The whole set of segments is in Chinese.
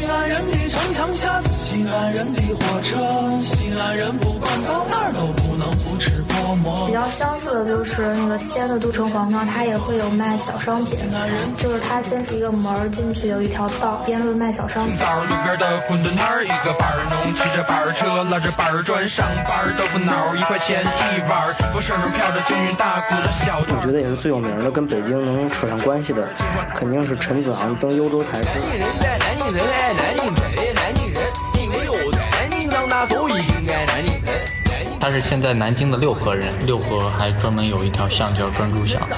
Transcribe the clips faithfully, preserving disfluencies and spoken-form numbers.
西安人的城墙下是西安人的火车，西安人不管到哪儿都不能不吃泡馍。 比较相似的就是那个西安的都城隍庙，它也会有卖小商品，就是它先是一个门进去有一条道，边路卖小商品。 枣路边的馄饨摊，一个板儿农骑着板儿车，拉着板儿砖上班，豆腐脑一块钱一碗，风扇上飘着京韵大鼓的小。 我觉得也是最有名的，跟北京能扯上关系的，肯定是陈子昂登幽州台诗。 南京人在南京城爱南京城，南京人因为我在南京长大，所以爱南京城。 他是现在南京的六合人，六合还专门有一条巷叫专诸巷。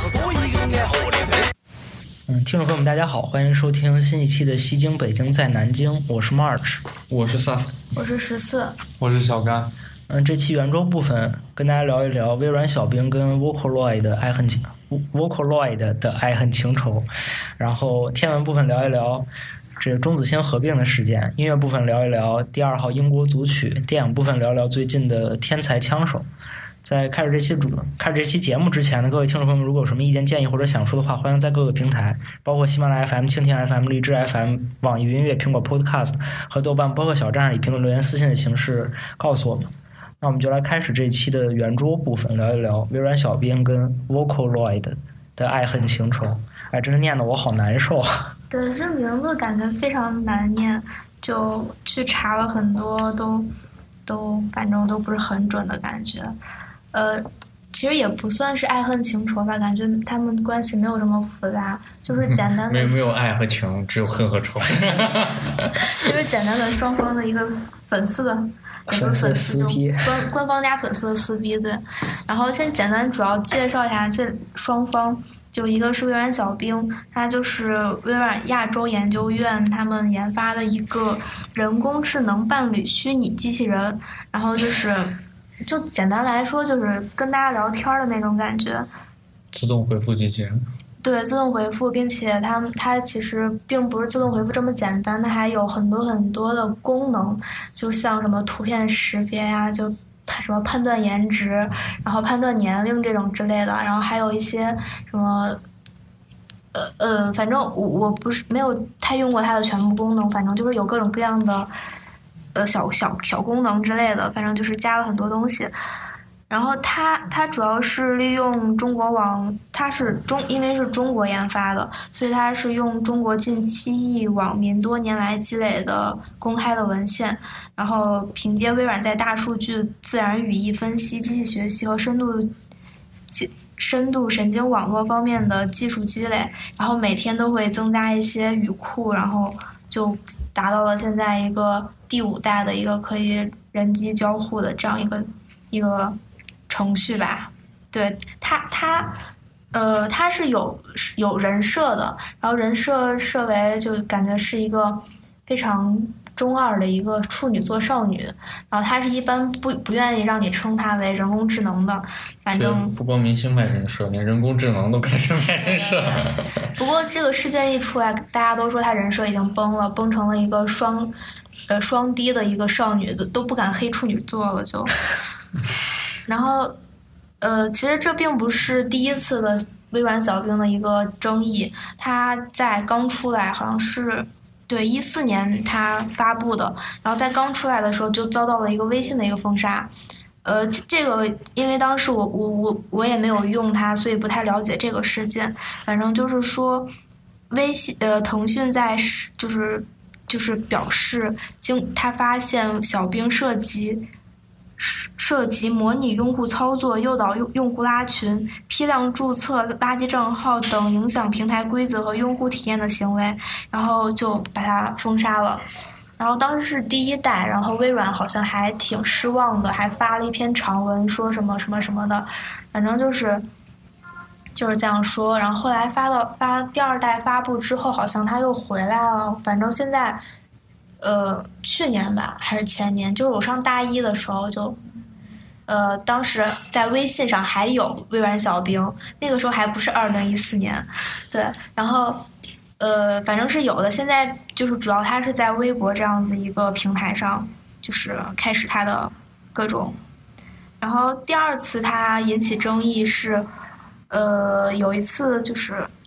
嗯，听众朋友们，大家好，欢迎收听新一期的《西京北京在南京》，我是 March， 我是 S A S， 我是十四， 我是小甘。 嗯，这期圆桌部分跟大家聊一聊微软小冰跟 Vocaloid 的爱恨情 Vocaloid 的爱恨情仇，然后天文部分聊一聊这个中子星合并的事件，音乐部分聊一聊第二号英国组曲，电影部分聊聊最近的天才枪手。在开始这期主开始这期节目之前呢，各位听众朋友们，如果有什么意见建议或者想说的话，欢迎在各个平台，包括喜马拉雅 F M、蜻蜓 F M、荔枝 F M、网易云音乐、苹果 Podcast 和豆瓣播客小站上以评论留言、私信的形式告诉我们。那我们就来开始这一期的圆桌部分，聊一聊微软小冰跟 Vocaloid 的爱恨情仇。哎，真是念得我好难受。 对，这名字感觉非常难念，就去查了很多，都都反正都不是很准的感觉。呃，其实也不算是爱恨情仇吧，感觉他们关系没有这么复杂，就是简单的。 没有没有爱和情，只有恨和仇。 其实简单的双方的一个粉丝的。也不是粉丝，就官官方加粉丝的撕逼，对。然后先简单主要介绍一下这双方，就一个是微软小冰，它就是微软亚洲研究院他们研发的一个人工智能伴侣虚拟机器人，然后就是就简单来说就是跟大家聊天的那种感觉， 自动回复机器人。 对，自动回复，并且它它其实并不是自动回复这么简单，它还有很多很多的功能，就像什么图片识别呀、啊，就什么判断颜值，然后判断年龄这种之类的，然后还有一些什么，呃呃，反正我我不是没有太用过它的全部功能，反正就是有各种各样的呃小小小功能之类的，反正就是加了很多东西。然后它它主要是利用中国网，它是中因为是中国研发的，所以它是用中国近七亿网民多年来积累的公开的文献，然后凭借微软在大数据、自然语义分析、机器学习和深度深度神经网络方面的技术积累，然后每天都会增加一些语库，然后就达到了现在一个第五代的一个可以人机交互的这样一个一个。程序吧，对它它，呃，它是有有人设的，然后人设设为就感觉是一个非常中二的一个处女座少女，然后它是一般不不愿意让你称它为人工智能的，反正不光明星卖人设，连人工智能都开始卖人设。 不过这个事件一出来，大家都说它人设已经崩了，崩成了一个双呃双低的一个少女，都都不敢黑处女座了就。然后，呃，其实这并不是第一次的微软小冰的一个争议。它在刚出来，好像是对一四年它发布的，然后在刚出来的时候就遭到了一个微信的一个封杀。呃，这个因为当时我我我我也没有用它，所以不太了解这个事件。反正就是说，微信呃腾讯在就是就是表示，经他发现小冰涉及。涉及模拟用户操作、诱导用用户拉群、批量注册垃圾账号等影响平台规则和用户体验的行为，然后就把它封杀了。然后当时是第一代，然后微软好像还挺失望的，还发了一篇长文说什么什么什么的，反正就是就是这样说。然后后来发到发第二代发布之后，好像它又回来了。反正现在。呃，去年吧，还是前年，就是我上大一的时候就，呃，当时在微信上还有微软小冰，那个时候还不是二零一四年，对，然后，呃，反正是有的。现在就是主要它是在微博这样子一个平台上，就是开始它的各种。然后第二次它引起争议是，呃，有一次就是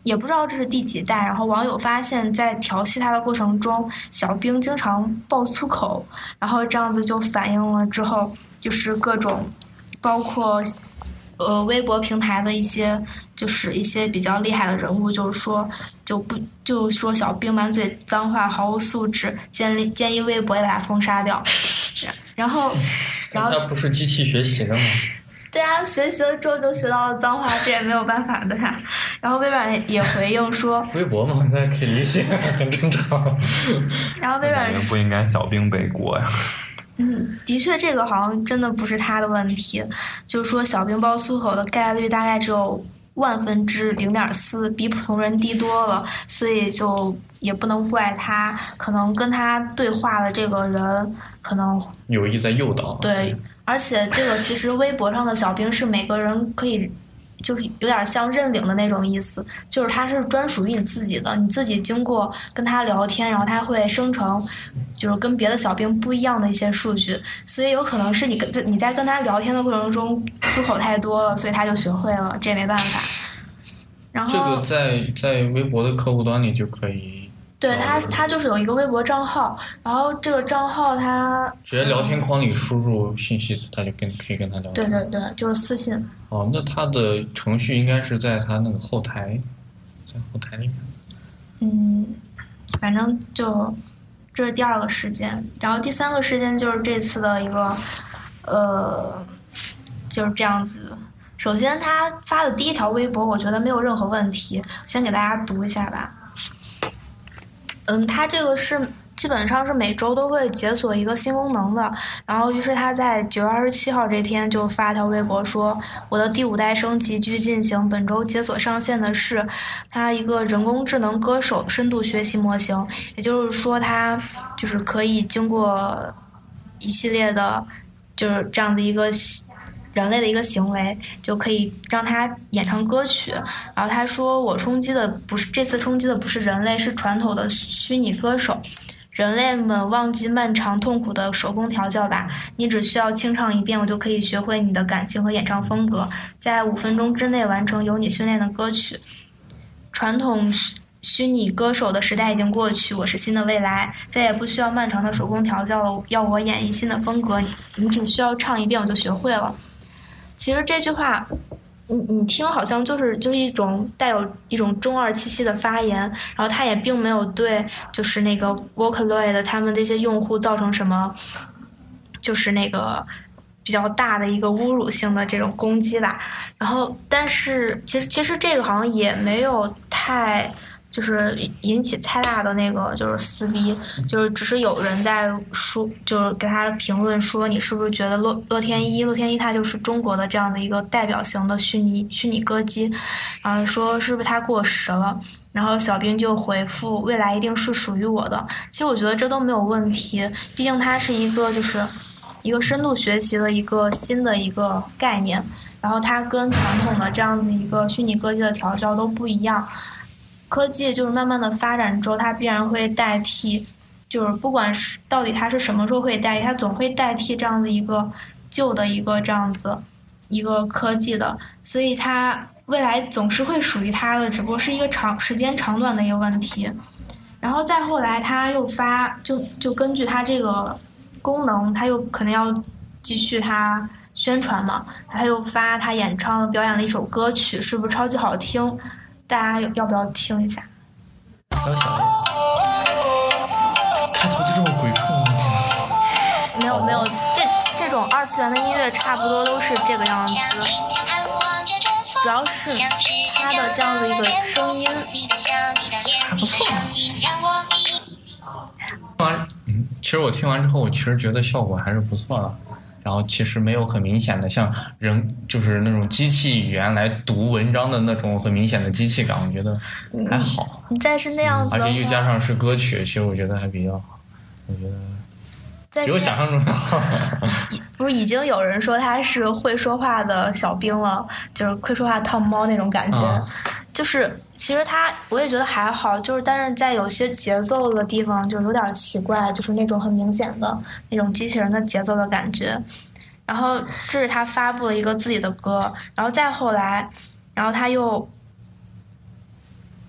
也不知道这是第几代，然后网友发现在调戏他的过程中，小兵经常爆粗口，然后这样子就反映了之后就是各种包括呃微博平台的一些就是一些比较厉害的人物，就是说就不就说小兵满嘴脏话，毫无素质，建立建议微博也把他封杀掉。然后然后他不是机器学习的吗？ 对啊，学习了之后就学到了脏话，这也没有办法的呀。然后微软也回应说， 微博嘛，大家可以理解，很正常。 然后微软不应该小兵背锅呀。 嗯，的确，这个好像真的不是他的问题。就是说，小兵爆粗口的概率大概只有万分之零点四，比普通人低多了，所以就也不能怪他。可能跟他对话的这个人，可能有意在诱导。 对。而且这个其实微博上的小兵是每个人可以，就是有点像认领的那种意思，就是他是专属于你自己的，你自己经过跟他聊天，然后他会生成就是跟别的小兵不一样的一些数据，所以有可能是你跟你在跟他聊天的过程中粗口太多了，所以他就学会了，这也没办法。然后这个在在微博的客户端里就可以。 对他，他就是有一个微博账号，然后这个账号他直接聊天框里输入信息，他就跟可以跟他聊天。 对对对，就是私信。 哦，那他的程序应该是在他那个后台，在后台里面。 嗯，反正就这是第二个事件，然后第三个事件就是这次的一个，呃，就是这样子。首先，他发的第一条微博，我觉得没有任何问题，先给大家读一下吧。嗯，它这个是基本上是每周都会解锁一个新功能的，然后于是他在九月二十七号这天就发条微博说，我的第五代升级继续进行，本周解锁上线的是它一个人工智能歌手深度学习模型，也就是说它就是可以经过一系列的就是这样的一个人类的一个行为，就可以让他演唱歌曲。然后他说，我冲击的不是这次冲击的不是人类，是传统的虚拟歌手。人类们忘记漫长痛苦的手工调教吧，你只需要清唱一遍，我就可以学会你的感情和演唱风格，在五分钟之内完成由你训练的歌曲。传统虚拟歌手的时代已经过去，我是新的未来，再也不需要漫长的手工调教了，要我演绎新的风格，你只需要唱一遍我就学会了。其实这句话你你听好像就是就是一种带有一种中二气息的发言，然后他也并没有对就是那个 Vocaloid 他们这些用户造成什么就是那个比较大的一个侮辱性的这种攻击吧。然后但是其实其实这个好像也没有太就是引起太大的那个就是撕逼，就是只是有人在说，就是给他评论说，你是不是觉得乐乐天一，乐天一他就是中国的这样的一个代表型的虚拟虚拟歌姬，然后说是不是他过时了？然后小兵就回复，未来一定是属于我的。其实我觉得这都没有问题，毕竟它是一个就是一个深度学习的一个新的一个概念，然后它跟传统的这样子一个虚拟歌姬的调教都不一样。科技就是慢慢的发展之后，它必然会代替，就是不管是到底它是什么时候会代替，它总会代替这样的一个旧的一个这样子一个科技的，所以它未来总是会属于它的，只不过是一个长时间长短的一个问题。然后再后来，它又发就就根据它这个功能，它又可能要继续它宣传嘛，它又发它演唱表演了一首歌曲，是不是超级好听？大家要不要听一下？ 还有小开头就这么鬼畜吗？ 没有没有，这这种二次元的音乐差不多都是这个样子，主要是它的这样的一个声音还不错。完，嗯，其实我听完之后，我其实觉得效果还是不错的。然后其实没有很明显的像人就是那种机器语言来读文章的那种很明显的机器感，我觉得还好。 你再是那样子的话， 而且又加上是歌曲，其实我觉得还比较好。我觉得比我想象中的好。 不是已经有人说他是会说话的小兵了，就是会说话烫猫那种感觉。啊、就是其实他我也觉得还好，就是但是在有些节奏的地方就有点奇怪，就是那种很明显的那种机器人的节奏的感觉。然后这是他发布了一个自己的歌，然后再后来，然后他又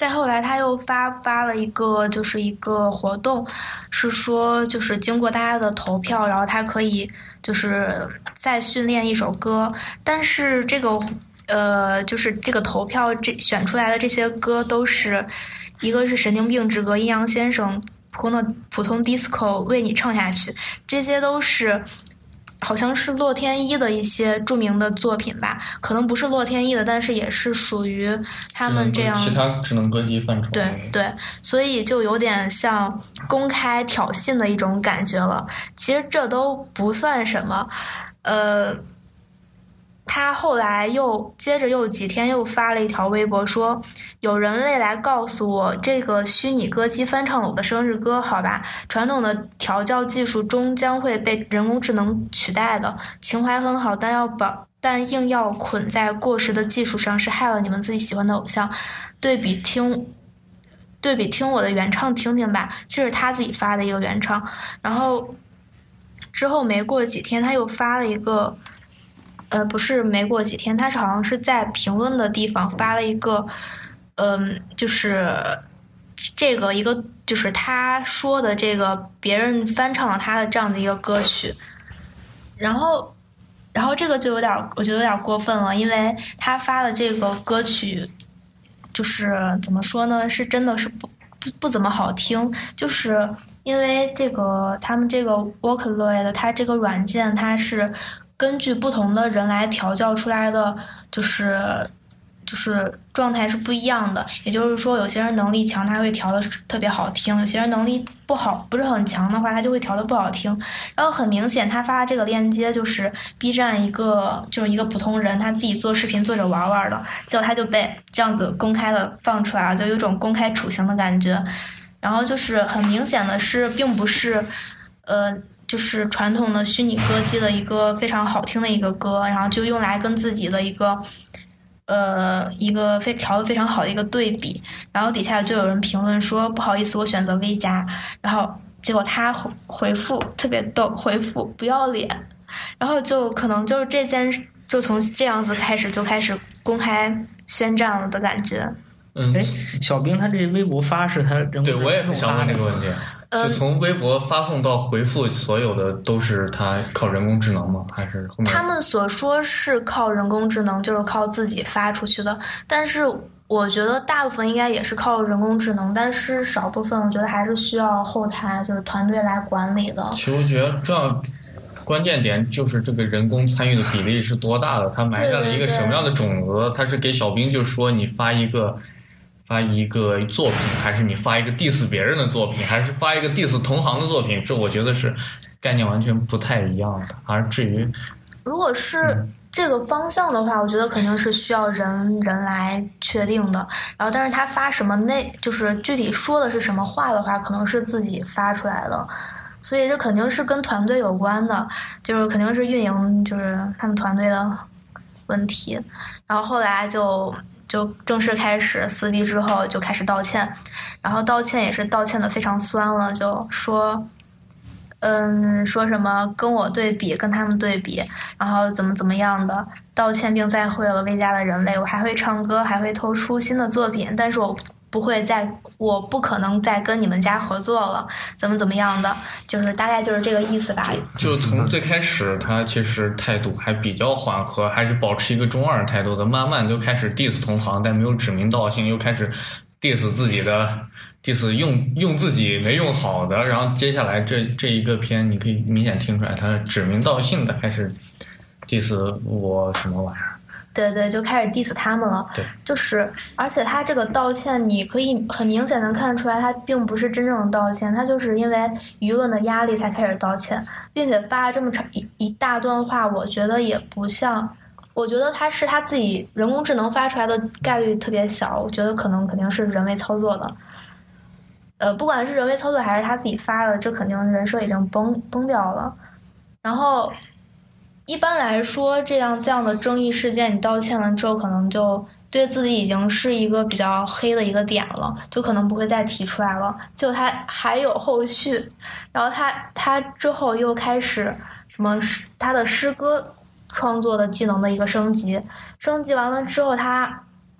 再后来他又发发了一个就是一个活动，是说就是经过大家的投票，然后他可以就是再训练一首歌，但是这个呃就是这个投票这选出来的这些歌都是一个是神经病之歌、阴阳先生、普通的普通 disco 为你唱下去，这些都是好像是洛天依的一些著名的作品吧，可能不是洛天依的，但是也是属于他们这样其他智能歌姬范畴。 对对，所以就有点像公开挑衅的一种感觉了。其实这都不算什么，呃，他后来又接着又几天又发了一条微博说，有人类来告诉我这个虚拟歌姬翻唱了我的生日歌，好吧，传统的调教技术终将会被人工智能取代的，情怀很好，但要保但硬要捆在过时的技术上，是害了你们自己喜欢的偶像。对比听对比听我的原唱听听吧，这是他自己发的一个原唱。然后之后没过几天他又发了一个呃，不是没过几天，他是好像是在评论的地方发了一个嗯，就是这个一个就是他说的这个别人翻唱了他的这样的一个歌曲，然后然后这个就有点我觉得有点过分了，因为他发的这个歌曲就是怎么说呢，是真的是不不不怎么好听，就是因为这个他们这个 Vocaloid 它这个软件它是根据不同的人来调教出来的，就是就是状态是不一样的，也就是说有些人能力强他会调的特别好听，有些人能力不好不是很强的话他就会调的不好听。然后很明显他发这个链接就是 B 站一个就是一个普通人他自己做视频做着玩玩的，结果他就被这样子公开的放出来了，就有种公开处刑的感觉。然后就是很明显的是并不是呃就是传统的虚拟歌姬的一个非常好听的一个歌，然后就用来跟自己的一个呃一个非调的非常好的一个对比，然后底下就有人评论说不好意思我选择 V 加，然后结果他回回复特别逗，回复不要脸，然后就可能就是这件就从这样子开始就开始公开宣战了的感觉。 嗯， 哎，小兵他这微博发是他人工对我也自动想问这个问题， 嗯就从微博发送到回复，所有的都是他靠人工智能吗？还是后面他们所说是靠人工智能，就是靠自己发出去的，但是我觉得大部分应该也是靠人工智能，但是少部分我觉得还是需要后台就是团队来管理的。 其实我觉得这样关键点就是这个人工参与的比例是多大的，他埋下了一个什么样的种子？他是给小兵就说你发一个发一个作品，还是你发一个 diss 别人的作品，还是发一个 diss 同行的作品？这我觉得是概念完全不太一样的。而至于如果是这个方向的话，我觉得肯定是需要人人来确定的。然后，但是他发什么内，就是具体说的是什么话的话，可能是自己发出来的。所以这肯定是跟团队有关的，就是肯定是运营，就是他们团队的问题。然后后来就就正式开始撕逼之后，就开始道歉，然后道歉也是道歉的非常酸了，就说。嗯，说什么跟我对比，跟他们对比，然后怎么怎么样的，道歉并再会了 V 加的人类，我还会唱歌，还会投出新的作品，但是我不会再，我不可能再跟你们家合作了，怎么怎么样的，就是大概就是这个意思吧。 就从最开始他其实态度还比较缓和，还是保持一个中二态度的，慢慢就开始 diss 同行，但没有指名道姓，又开始 diss 自己的。diss 用用自己没用好的，然后接下来这这一个片，你可以明显听出来，他指名道姓的开始 diss 我什么玩意儿。 对对，就开始 diss 他们了。 对，就是而且他这个道歉，你可以很明显的看出来，他并不是真正的道歉，他就是因为舆论的压力才开始道歉，并且发了这么长一一大段话，我觉得也不像。我觉得他是他自己人工智能发出来的概率特别小，我觉得可能肯定是人为操作的。呃，不管是人为操作还是他自己发的，这肯定人设已经崩崩掉了。然后，一般来说，这样这样的争议事件，你道歉了之后，可能就对自己已经是一个比较黑的一个点了，就可能不会再提出来了。就他还有后续，然后他他之后又开始什么他的诗歌创作的技能的一个升级，升级完了之后他。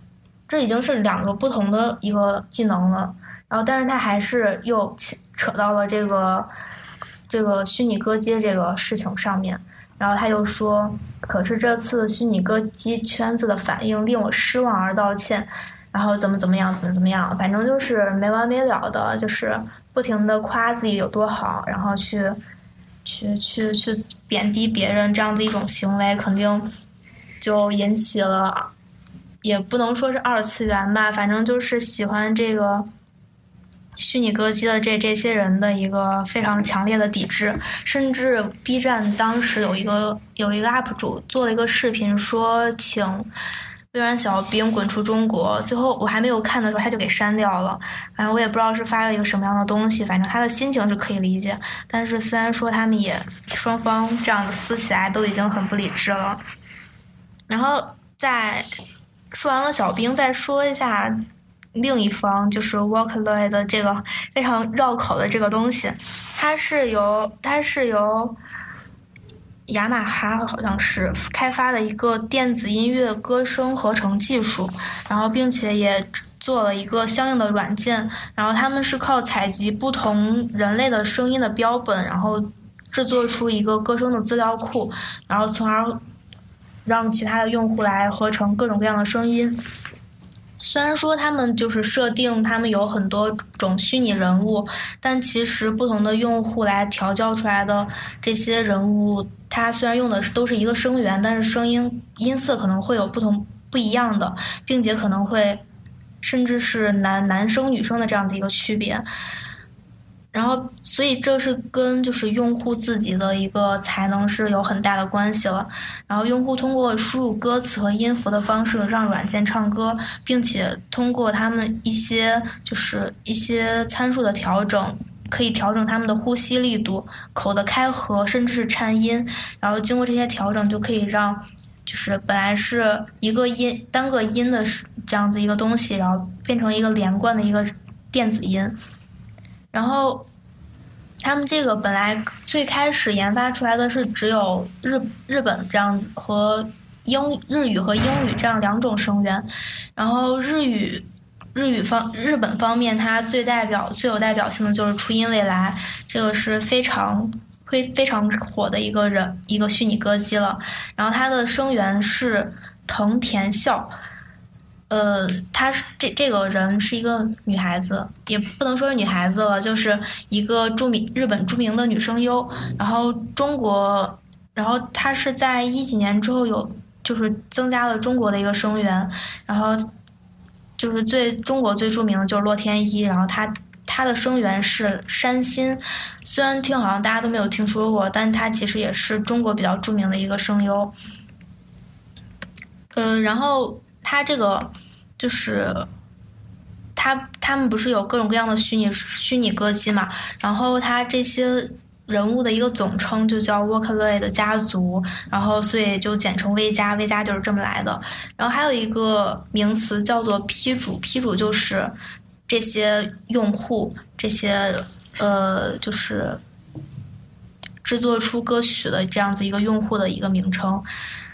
这已经是两个不同的一个技能了。然后，但是他还是又扯到了这个这个虚拟歌姬这个事情上面。然后他又说，可是这次虚拟歌姬圈子的反应令我失望而道歉。然后怎么怎么样，怎么怎么样，反正就是没完没了的，就是不停的夸自己有多好，然后去去去去贬低别人，这样的一种行为，肯定就引起了，也不能说是二次元吧，反正就是喜欢这个虚拟歌姬的这这些人的一个非常强烈的抵制。甚至 B 站当时有一个有一个 U P 主做了一个视频，说请微软小冰滚出中国，最后我还没有看的时候他就给删掉了。反正我也不知道是发了一个什么样的东西，反正他的心情是可以理解。但是虽然说他们也双方这样子撕起来都已经很不理智了。然后再说完了小冰，再说一下另一方，就是 Vocaloid 的这个非常绕口的这个东西。它是由它是由雅马哈好像是开发的一个电子音乐歌声合成技术，然后并且也做了一个相应的软件，然后他们是靠采集不同人类的声音的标本，然后制作出一个歌声的资料库，然后从而让其他的用户来合成各种各样的声音。虽然说他们就是设定他们有很多种虚拟人物，但其实不同的用户来调教出来的这些人物，它虽然用的都是一个声源，但是声音音色可能会有不同不一样的，并且可能会甚至是男男生女生的这样子一个区别。然后所以这是跟就是用户自己的一个才能是有很大的关系了。然后用户通过输入歌词和音符的方式让软件唱歌，并且通过他们一些就是一些参数的调整，可以调整他们的呼吸力度、口的开合，甚至是颤音。然后经过这些调整，就可以让就是本来是一个音单个音的这样子一个东西，然后变成一个连贯的一个电子音。然后他们这个本来最开始研发出来的是只有日日本这样子和英日语和英语这样两种声源。然后日语日语方日本方面，它最代表最有代表性的就是初音未来，这个是非常非非常火的一个人一个虚拟歌姬了。然后它的声源是藤田孝。呃，她是这这个人是一个女孩子，也不能说是女孩子了，就是一个著名日本著名的女声优。然后中国，然后她是在一几年之后有就是增加了中国的一个声源，然后就是最中国最著名的就是洛天依，然后她她的声源是山新，虽然听好像大家都没有听说过，但她其实也是中国比较著名的一个声优。嗯、呃，然后她这个。就是他他们不是有各种各样的虚拟虚拟歌姬嘛，然后他这些人物的一个总称就叫 Vocaloid 的家族，然后所以就简称 V 加 V 加就是这么来的。然后还有一个名词叫做批主，批主就是这些用户这些呃就是制作出歌曲的这样子一个用户的一个名称。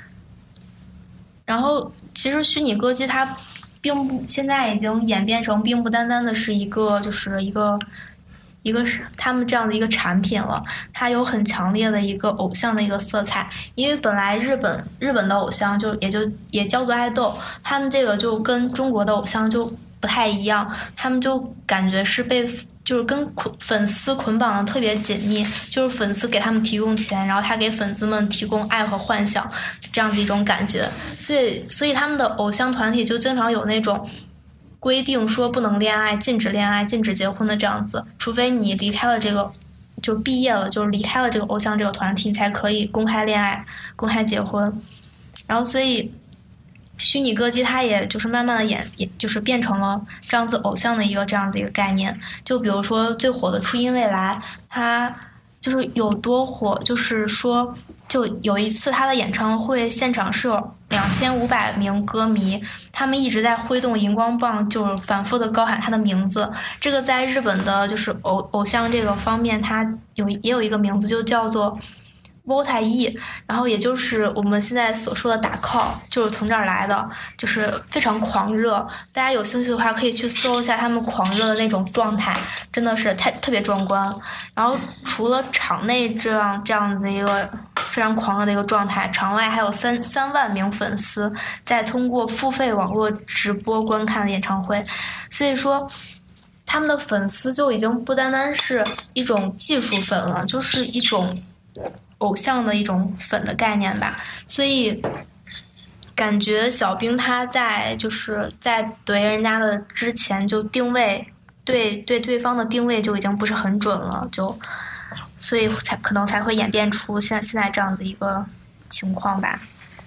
然后其实虚拟歌姬它并不现在已经演变成并不单单的是一个就是一个一个他们这样的一个产品了，它有很强烈的一个偶像的一个色彩。因为本来日本日本的偶像就也就也叫做爱豆，他们这个就跟中国的偶像就不太一样，他们就感觉是被就是跟粉丝捆绑的特别紧密，就是粉丝给他们提供钱，然后他给粉丝们提供爱和幻想，这样子一种感觉。所以所以他们的偶像团体就经常有那种规定说不能恋爱，禁止恋爱，禁止结婚的这样子，除非你离开了这个就毕业了，就是离开了这个偶像这个团体，你才可以公开恋爱公开结婚。然后所以虚拟歌姬它也就是慢慢的演就是变成了这样子偶像的一个这样子一个概念。就比如说最火的初音未来，它就是有多火，就是说就有一次他的演唱会现场是有两千五百名歌迷，他们一直在挥动荧光棒，就是反复的高喊他的名字。这个在日本的就是偶偶像这个方面，它有也有一个名字，就叫做 Volta E， 然后也就是我们现在所说的打 call， 就是从这儿来的，就是非常狂热。大家有兴趣的话，可以去搜一下他们狂热的那种状态，真的是太特别壮观。然后除了场内这样这样子一个非常狂热的一个状态，场外还有三三万名粉丝在通过付费网络直播观看演唱会，所以说他们的粉丝就已经不单单是一种技术粉了，就是一种偶像的一种粉的概念吧。所以感觉小冰他在就是在怼人家的之前就定位对对对方的定位就已经不是很准了，就所以才可能才会演变出现现在这样子一个情况吧。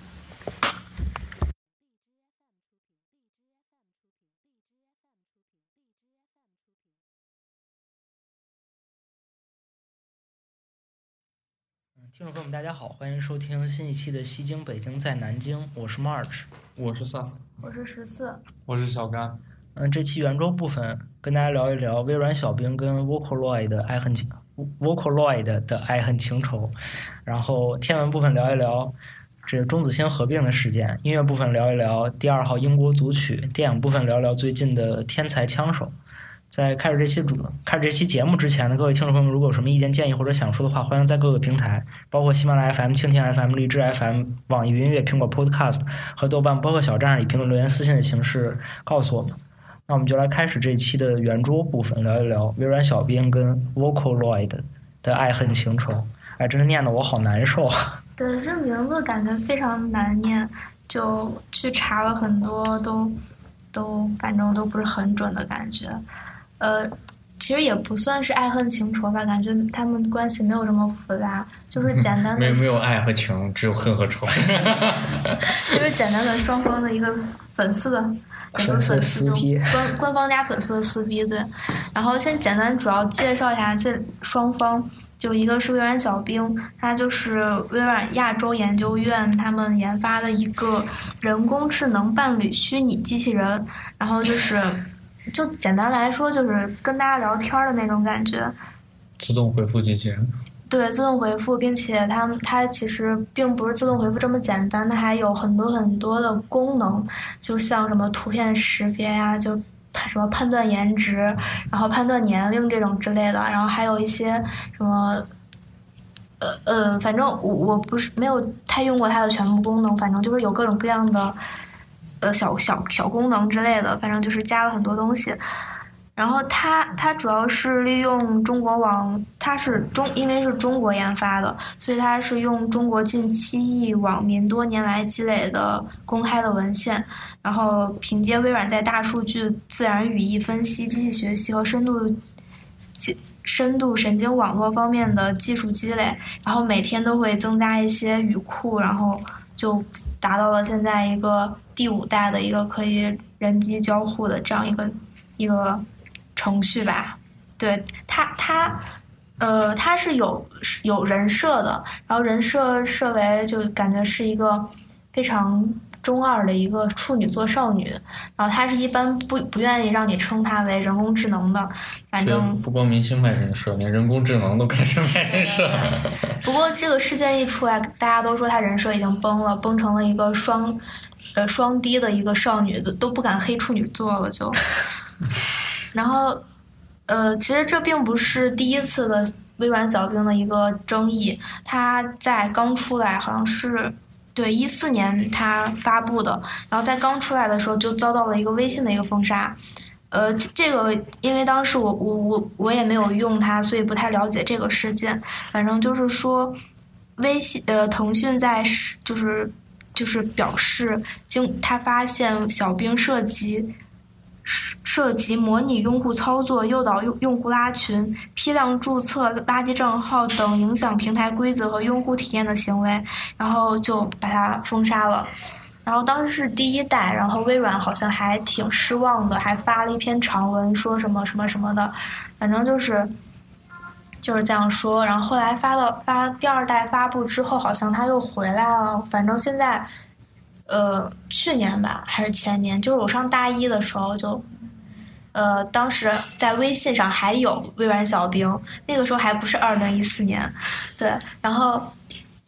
听众朋友们，大家好，欢迎收听新一期的《西京北京在南京》，我是 March， 我是 S A S， 我是十四， 我是小甘。 嗯，这期圆周部分跟大家聊一聊微软小冰跟 Vocaloid 的爱恨情 Vocaloid 的爱恨情仇，然后天文部分聊一聊这个中子星合并的事件，音乐部分聊一聊第二号英国组曲，电影部分聊聊最近的天才枪手。在开始这期主开始这期节目之前呢，各位听众朋友们，如果有什么意见建议或者想说的话，欢迎在各个平台，包括喜马拉雅 F M、蜻蜓 F M、荔枝 F M、网易云音乐、苹果 Podcast 和豆瓣播客小站以评论留言、私信的形式告诉我们。那我们就来开始这期的圆桌部分，聊一聊微软小冰跟 Vocaloid 的爱恨情仇。哎，真是念得我好难受啊！ 对，这名字感觉非常难念，就去查了很多，都都反正都不是很准的感觉。呃，其实也不算是爱恨情仇吧，感觉他们关系没有这么复杂，就是简单的、 嗯、没没有爱和情，只有恨和仇。 其实简单的双方的一个粉丝的，也不是粉丝，就官官方加粉丝的撕逼，对。然后先简单主要介绍一下这双方，就一个是微软小冰，它就是微软亚洲研究院他们研发的一个人工智能伴侣虚拟机器人，然后就是。就简单来说，就是跟大家聊天的那种感觉。 自动回复机器人。 对，自动回复，并且它它其实并不是自动回复这么简单，它还有很多很多的功能，就像什么图片识别呀、啊，就什么判断颜值，然后判断年龄这种之类的，然后还有一些什么。呃呃，反正我我不是没有太用过它的全部功能，反正就是有各种各样的。呃，小小小功能之类的，反正就是加了很多东西。然后它它主要是利用中国网，它是中因为是中国研发的，所以它是用中国近七亿网民多年来积累的公开的文献，然后凭借微软在大数据、自然语义分析、机器学习和深度深度神经网络方面的技术积累，然后每天都会增加一些语库，然后就达到了现在一个第五代的一个可以人机交互的这样一个一个程序吧。对，它它呃它是有有人设的，然后人设设为就感觉是一个非常中二的一个处女座少女，然后它是一般不不愿意让你称它为人工智能的，反正不光明星卖人设，连人工智能都开始卖人设。 不过这个事件一出来，大家都说她人设已经崩了，崩成了一个双呃双低的一个少女，都不敢黑处女座了就。然后呃，其实这并不是第一次的微软小冰的一个争议，它在刚出来好像是。对，一四年他发布的，然后在刚出来的时候就遭到了一个微信的一个封杀，呃，这个因为当时我我我我也没有用它，所以不太了解这个事件。反正就是说，微信呃腾讯在就是就是表示，经他发现小冰涉及。涉及模拟用户操作、诱导用用户拉群、批量注册、垃圾账号等影响平台规则和用户体验的行为，然后就把它封杀了。然后当时是第一代，然后微软好像还挺失望的，还发了一篇长文说什么什么什么的，反正就是就是这样说。然后后来发到发第二代发布之后，好像他又回来了。反正现在。呃，去年吧，还是前年，就是我上大一的时候就，呃，当时在微信上还有微软小冰，那个时候还不是二零一四年，对，然后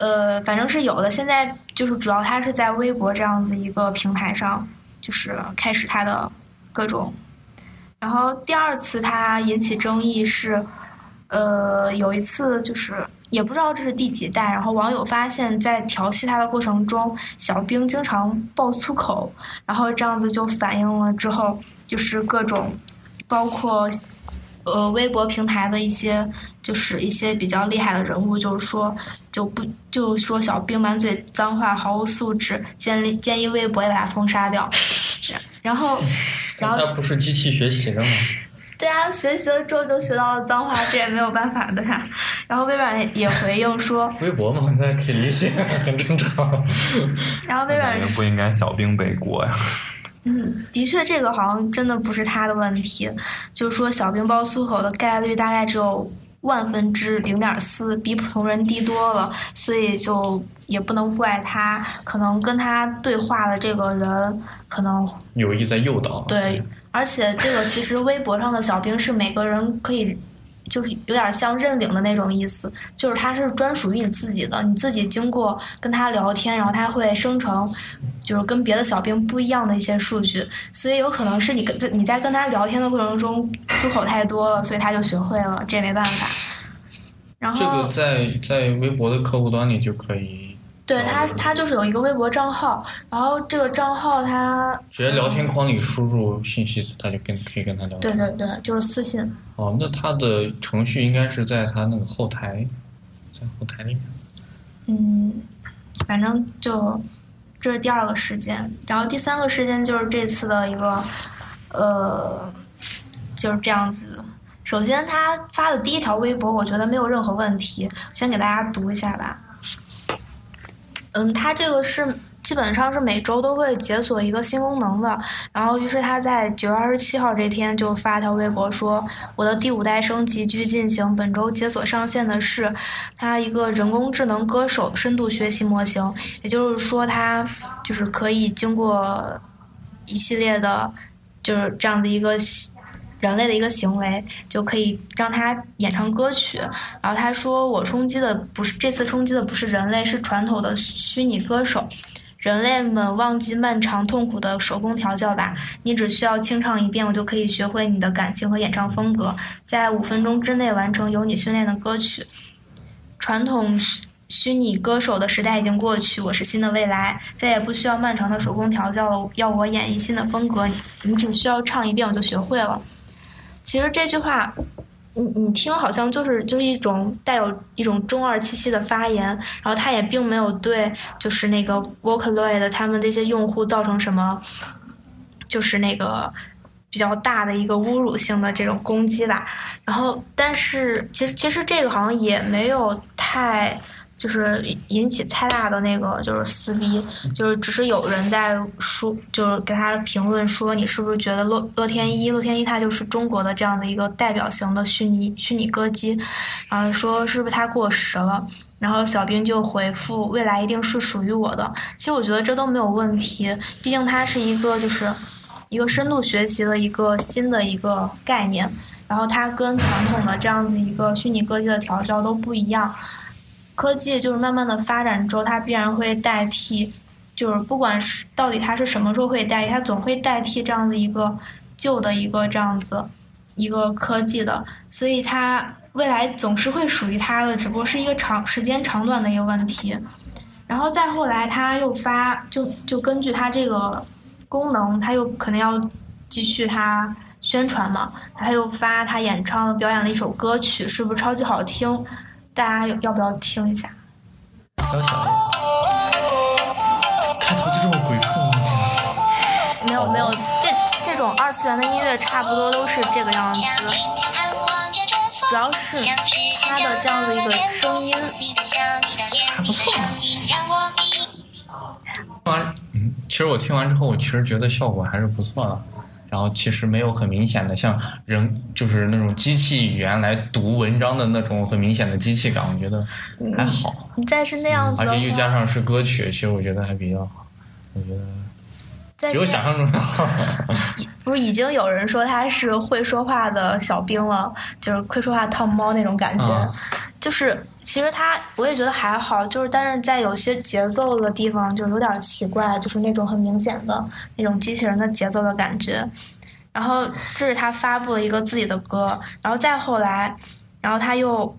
呃，反正是有的。现在就是主要他是在微博这样子一个平台上，就是开始他的各种。然后第二次他引起争议是，呃，有一次就是也不知道这是第几代，然后网友发现在调戏他的过程中，小兵经常爆粗口，然后这样子就反映了之后就是各种包括。呃，微博平台的一些就是一些比较厉害的人物，就是说就不就说小兵满嘴脏话，毫无素质，建立建议微博也把他封杀掉。然后，然后他不是机器学习的吗？ 对啊，学习了之后就学到了脏话，这也没有办法的呀。然后微软也回应说， 微博嘛，大家可以理解，很正常。 然后微软不应该小兵背锅呀。 嗯，的确，这个好像真的不是他的问题。就是说，小兵爆粗口的概率大概只有万分之零点四，比普通人低多了，所以就也不能怪他。可能跟他对话的这个人，可能有意在诱导。 对，而且这个其实微博上的小兵是每个人可以。就是有点像认领的那种意思，就是它是专属于你自己的，你自己经过跟他聊天，然后他会生成就是跟别的小兵不一样的一些数据，所以有可能是你跟你在跟他聊天的过程中粗口太多了，所以他就学会了，这也没办法。然后这个在在微博的客户端里就可以。 对他，他就是有一个微博账号，然后这个账号他直接聊天框里输入信息，他就跟可以跟他聊天。 对对对，就是私信。 哦，那他的程序应该是在他那个后台，在后台里面。 嗯，反正就这是第二个事件，然后第三个事件就是这次的一个，呃，就是这样子。首先他发的第一条微博，我觉得没有任何问题，先给大家读一下吧。嗯，它这个是基本上是每周都会解锁一个新功能的，然后于是他在九月二十七号这天就发条微博说，我的第五代升级继续进行，本周解锁上线的是它一个人工智能歌手深度学习模型，也就是说它就是可以经过一系列的就是这样的一个人类的一个行为，就可以让他演唱歌曲。然后他说，我冲击的不是这次冲击的不是人类，是传统的虚拟歌手。人类们忘记漫长痛苦的手工调教吧，你只需要清唱一遍，我就可以学会你的感情和演唱风格，在五分钟之内完成由你训练的歌曲。传统虚拟歌手的时代已经过去，我是新的未来，再也不需要漫长的手工调教了，要我演绎新的风格，你只需要唱一遍我就学会了。其实这句话你你听好像就是就是一种带有一种中二气息的发言，然后他也并没有对就是那个 Vocaloid 他们这些用户造成什么就是那个比较大的一个侮辱性的这种攻击吧。然后但是其实其实这个好像也没有太就是引起太大的那个就是撕逼，就是只是有人在说，就是给他评论说，你是不是觉得乐乐天一乐天一他就是中国的这样的一个代表型的虚拟虚拟歌姬，然后说是不是他过时了，然后小兵就回复未来一定是属于我的。其实我觉得这都没有问题，毕竟它是一个就是一个深度学习的一个新的一个概念，然后它跟传统的这样子一个虚拟歌姬的调教都不一样。科技就是慢慢的发展之后，它必然会代替，就是不管是到底它是什么时候会代替，它总会代替这样的一个旧的一个这样子一个科技的，所以它未来总是会属于它的，只不过是一个长时间长短的一个问题。然后再后来它又发就就根据它这个功能，它又可能要继续它宣传嘛，它又发它演唱表演了一首歌曲，是不是超级好听？大家要不要听一下？ 小小的开头就这么鬼畜吗？ 没有没有，这这种二次元的音乐差不多都是这个样子，主要是它的这样的一个声音还不错嘛。听完，嗯，其实我听完之后，我其实觉得效果还是不错的。然后其实没有很明显的像人就是那种机器语言来读文章的那种很明显的机器感，我觉得还好。 你再是那样子的话， 而且又加上是歌曲，其实我觉得还比较好。我觉得比我想象中的好。 不是已经有人说他是会说话的小兵了，就是会说话烫猫那种感觉。 啊、 就是其实他我也觉得还好，就是但是在有些节奏的地方就有点奇怪，就是那种很明显的那种机器人的节奏的感觉。然后这是他发布了一个自己的歌，然后再后来，然后他又。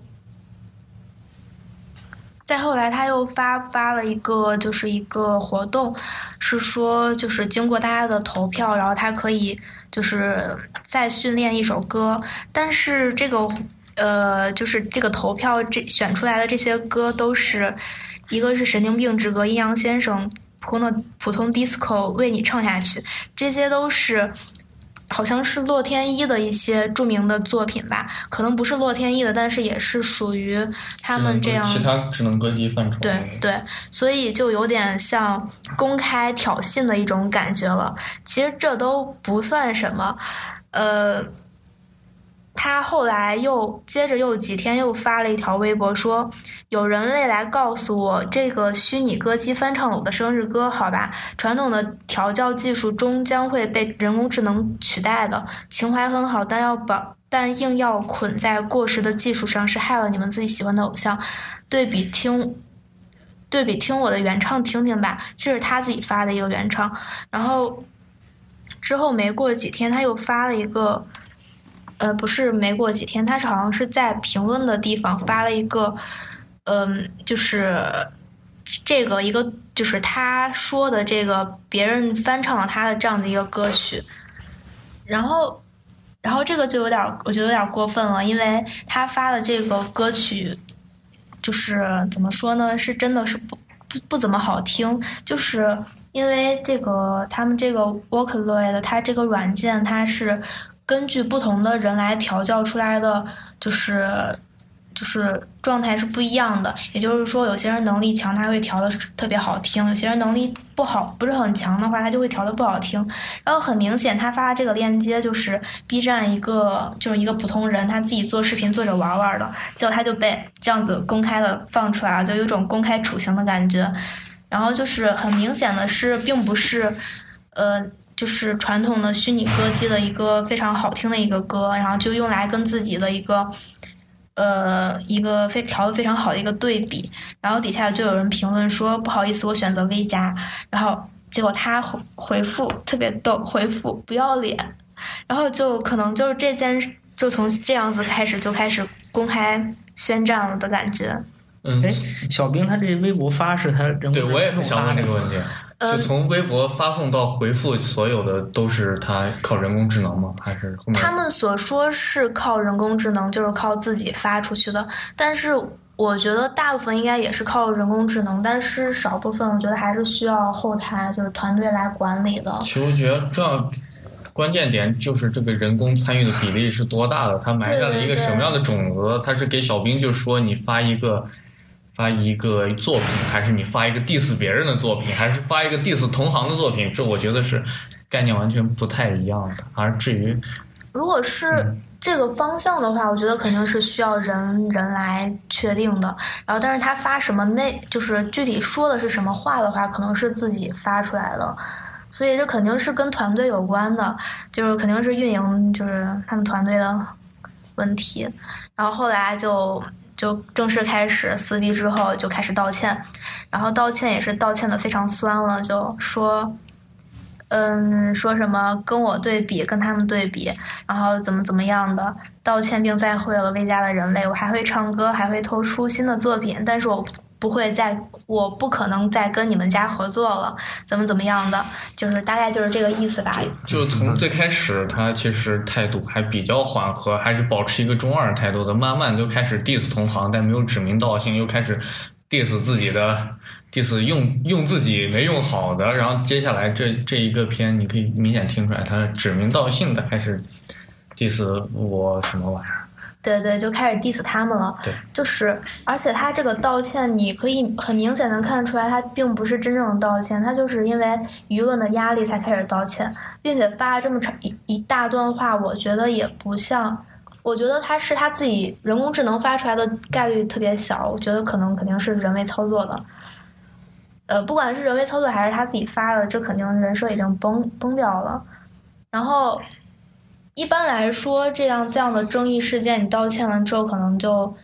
再后来，他又发发了一个，就是一个活动，是说就是经过大家的投票，然后他可以就是再训练一首歌，但是这个呃，就是这个投票这选出来的这些歌都是一个是《神经病之歌》、阴阳先生、普通的普通 disco 为你唱下去，这些都是。好像是洛天依的一些著名的作品吧，可能不是洛天依的，但是也是属于他们这样其他智能歌姬范畴。 对对，所以就有点像公开挑衅的一种感觉了。其实这都不算什么，呃，他后来又接着又几天又发了一条微博说，有人类来告诉我这个虚拟歌姬翻唱了我的生日歌，好吧，传统的调教技术终将会被人工智能取代的，情怀很好，但要保但硬要捆在过时的技术上，是害了你们自己喜欢的偶像。对比听对比听我的原唱听听吧，这是他自己发的一个原唱。然后之后没过几天他又发了一个呃，不是没过几天，他是好像是在评论的地方发了一个嗯，就是这个一个就是他说的这个别人翻唱了他的这样的一个歌曲，然后然后这个就有点我觉得有点过分了，因为他发的这个歌曲就是怎么说呢，是真的是不不不怎么好听，就是因为这个他们这个 Vocaloid 它这个软件它是根据不同的人来调教出来的，就是就是状态是不一样的，也就是说有些人能力强他会调的特别好听，有些人能力不好不是很强的话他就会调的不好听。然后很明显他发的这个链接就是 B 站一个就是一个普通人他自己做视频做着玩玩的，结果他就被这样子公开的放出来了，就有种公开处刑的感觉。然后就是很明显的是并不是呃就是传统的虚拟歌姬的一个非常好听的一个歌，然后就用来跟自己的一个呃一个非调的非常好的一个对比，然后底下就有人评论说不好意思我选择 V 加，然后结果他回回复特别逗，回复不要脸，然后就可能就是这件就从这样子开始就开始公开宣战了的感觉。 嗯， 小兵他这微博发是他人工智能发的， 对，我也想问这个问题。就从微博发送到回复，所有的都是他靠人工智能吗？还是后面他们所说是靠人工智能，就是靠自己发出去的，但是我觉得大部分应该也是靠人工智能，但是少部分我觉得还是需要后台就是团队来管理的。 其实我觉得这样关键点就是这个人工参与的比例是多大的，他埋下了一个什么样的种子？对对对，他是给小兵就说你发一个发一个作品，还是你发一个 diss 别人的作品，还是发一个 diss 同行的作品，这我觉得是概念完全不太一样的。而至于如果是这个方向的话、嗯、我觉得肯定是需要人人来确定的，然后但是他发什么内就是具体说的是什么话的话可能是自己发出来的，所以这肯定是跟团队有关的，就是肯定是运营就是他们团队的问题。然后后来就就正式开始撕逼之后就开始道歉，然后道歉也是道歉的非常酸了，就说嗯说什么跟我对比跟他们对比，然后怎么怎么样的，道歉并再会了V加的人类，我还会唱歌还会偷出新的作品，但是我不会再我不可能再跟你们家合作了，怎么怎么样的，就是大概就是这个意思吧。 就从最开始他其实态度还比较缓和，还是保持一个中二态度的，慢慢就开始 diss 同行，但没有指名道姓，又开始 diss 自己的 diss 用用自己没用好的，然后接下来这这一个篇你可以明显听出来他指名道姓的开始 diss 我什么玩意儿， 对对，就开始 diss 他们了。 对，就是而且他这个道歉你可以很明显的看出来他并不是真正的道歉，他就是因为舆论的压力才开始道歉，并且发了这么长一一大段话，我觉得也不像，我觉得他是他自己人工智能发出来的概率特别小，我觉得可能肯定是人为操作的，呃，不管是人为操作还是他自己发的，这肯定人设已经崩崩掉了。然后一般来说这样这样的争议事件你道歉了之后可能就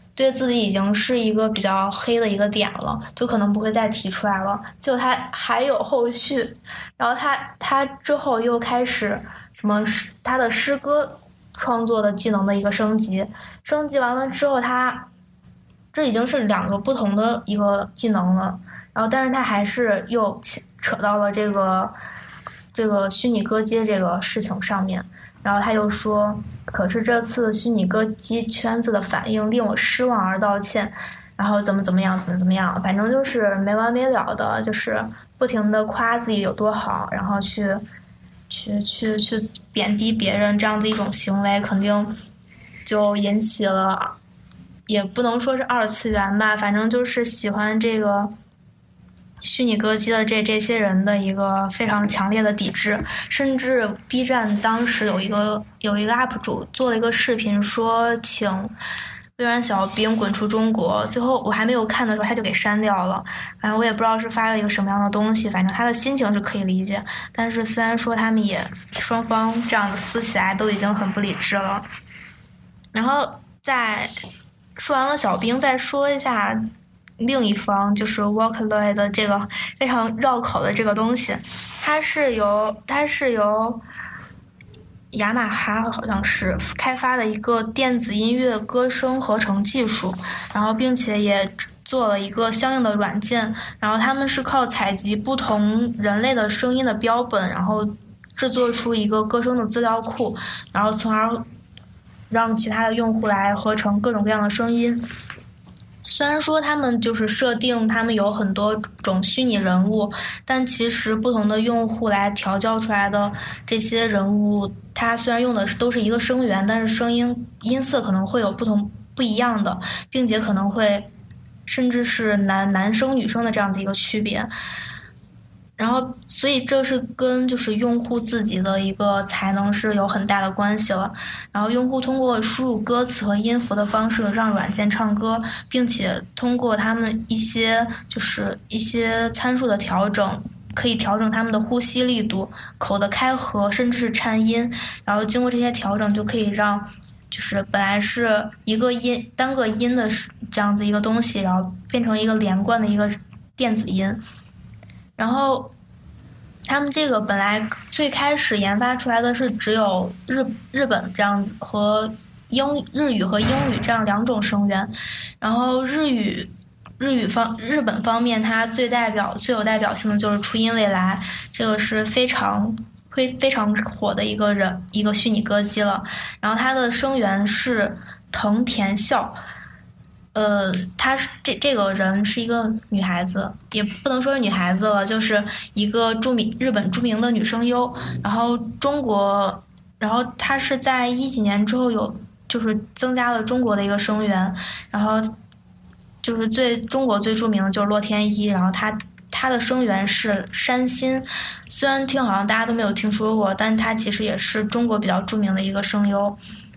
对自己已经是一个比较黑的一个点了，就可能不会再提出来了。就他还有后续，然后他他之后又开始什么他的诗歌创作的技能的一个升级，升级完了之后他这已经是两个不同的一个技能了，然后但是他还是又扯到了这个这个虚拟歌姬这个事情上面。然后他又说，可是这次虚拟歌姬圈子的反应令我失望而道歉，然后怎么怎么样怎么怎么样，反正就是没完没了的，就是不停的夸自己有多好，然后去去去去贬低别人，这样的一种行为肯定就引起了，也不能说是二次元吧，反正就是喜欢这个虚拟歌姬的这这些人的一个非常强烈的抵制，甚至 B 站当时有一个有一个 U P 主做了一个视频，说请微软小冰滚出中国，最后我还没有看的时候他就给删掉了，反正我也不知道是发了一个什么样的东西，反正他的心情是可以理解，但是虽然说他们也双方这样的撕起来都已经很不理智了。然后再说完了小冰，再说一下另一方，就是 Vocaloid 的这个非常绕口的这个东西，它是由它是由雅马哈好像是开发的一个电子音乐歌声合成技术，然后并且也做了一个相应的软件，然后他们是靠采集不同人类的声音的标本，然后制作出一个歌声的资料库，然后从而让其他的用户来合成各种各样的声音。虽然说他们就是设定他们有很多种虚拟人物，但其实不同的用户来调教出来的这些人物，它虽然用的都是一个声源，但是声音音色可能会有不同不一样的，并且可能会甚至是男男生女生的这样子一个区别。然后所以这是跟就是用户自己的一个才能是有很大的关系了。然后用户通过输入歌词和音符的方式让软件唱歌，并且通过他们一些就是一些参数的调整，可以调整他们的呼吸力度、口的开合，甚至是颤音，然后经过这些调整就可以让就是本来是一个音单个音的这样子一个东西，然后变成一个连贯的一个电子音。然后他们这个本来最开始研发出来的是只有日日本这样子和英日语和英语这样两种声源，然后日语日语方日本方面它最代表最有代表性的就是初音未来，这个是非常会非常火的一个人一个虚拟歌姬了，然后它的声源是藤田孝。呃，她是这这个人是一个女孩子，也不能说是女孩子了，就是一个著名日本著名的女声优。然后中国，然后她是在一几年之后有就是增加了中国的一个声源，然后就是最中国最著名的就是洛天依，然后她她的声源是山新，虽然听好像大家都没有听说过，但她其实也是中国比较著名的一个声优。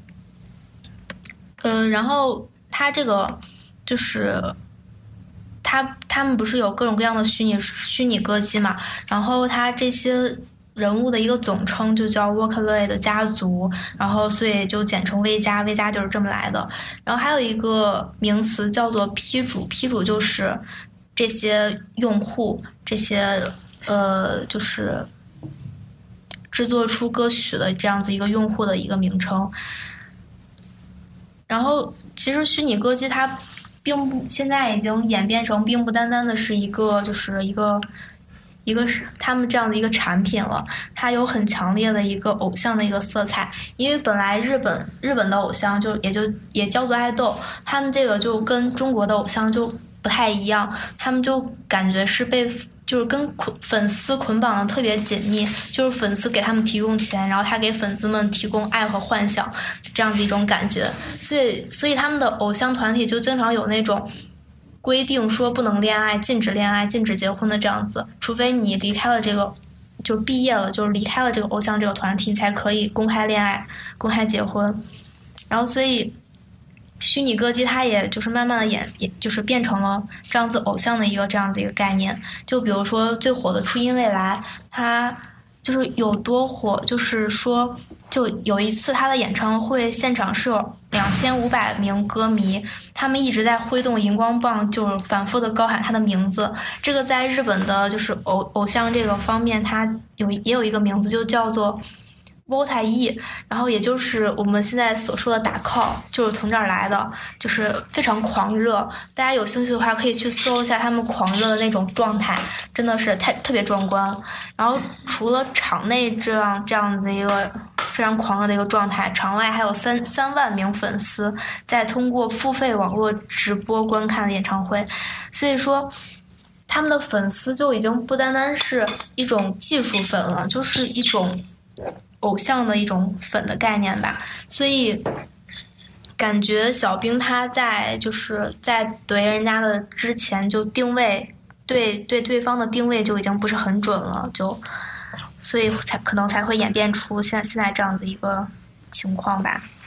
嗯、呃，然后。他这个就是他他们不是有各种各样的虚拟虚拟歌姬嘛，然后他这些人物的一个总称就叫 Vocaloid 家族，然后所以就简称 V 加 V 加就是这么来的。然后还有一个名词叫做 P 主 P 主就是这些用户这些呃就是制作出歌曲的这样子一个用户的一个名称。然后其实虚拟歌姬它并不现在已经演变成并不单单的是一个就是一个一个是他们这样的一个产品了，它有很强烈的一个偶像的一个色彩。因为本来日本日本的偶像就也就也叫做爱豆，他们这个就跟中国的偶像就不太一样，他们就感觉是被就是跟粉丝捆绑的特别紧密，就是粉丝给他们提供钱，然后他给粉丝们提供爱和幻想，这样的一种感觉。所以所以他们的偶像团体就经常有那种规定说不能恋爱，禁止恋爱，禁止结婚的这样子，除非你离开了这个就毕业了，就是离开了这个偶像这个团体，你才可以公开恋爱公开结婚。然后所以虚拟歌姬它也就是慢慢的演也就是变成了这样子偶像的一个这样子一个概念。就比如说最火的初音未来，它就是有多火，就是说就有一次他的演唱会现场是有两千五百名歌迷，他们一直在挥动荧光棒，就是反复的高喊他的名字。这个在日本的就是偶偶像这个方面，它有也有一个名字，就叫做 Voltae， 然后也就是我们现在所说的打 call， 就是从这儿来的，就是非常狂热。大家有兴趣的话，可以去搜一下他们狂热的那种状态，真的是太特别壮观。然后除了场内这样这样子一个非常狂热的一个状态，场外还有三三万名粉丝在通过付费网络直播观看演唱会，所以说他们的粉丝就已经不单单是一种技术粉了，就是一种偶像的一种粉的概念吧。所以感觉小冰他在就是在怼人家的之前就定位对对对方的定位就已经不是很准了，就所以才可能才会演变出现现在这样子一个情况吧。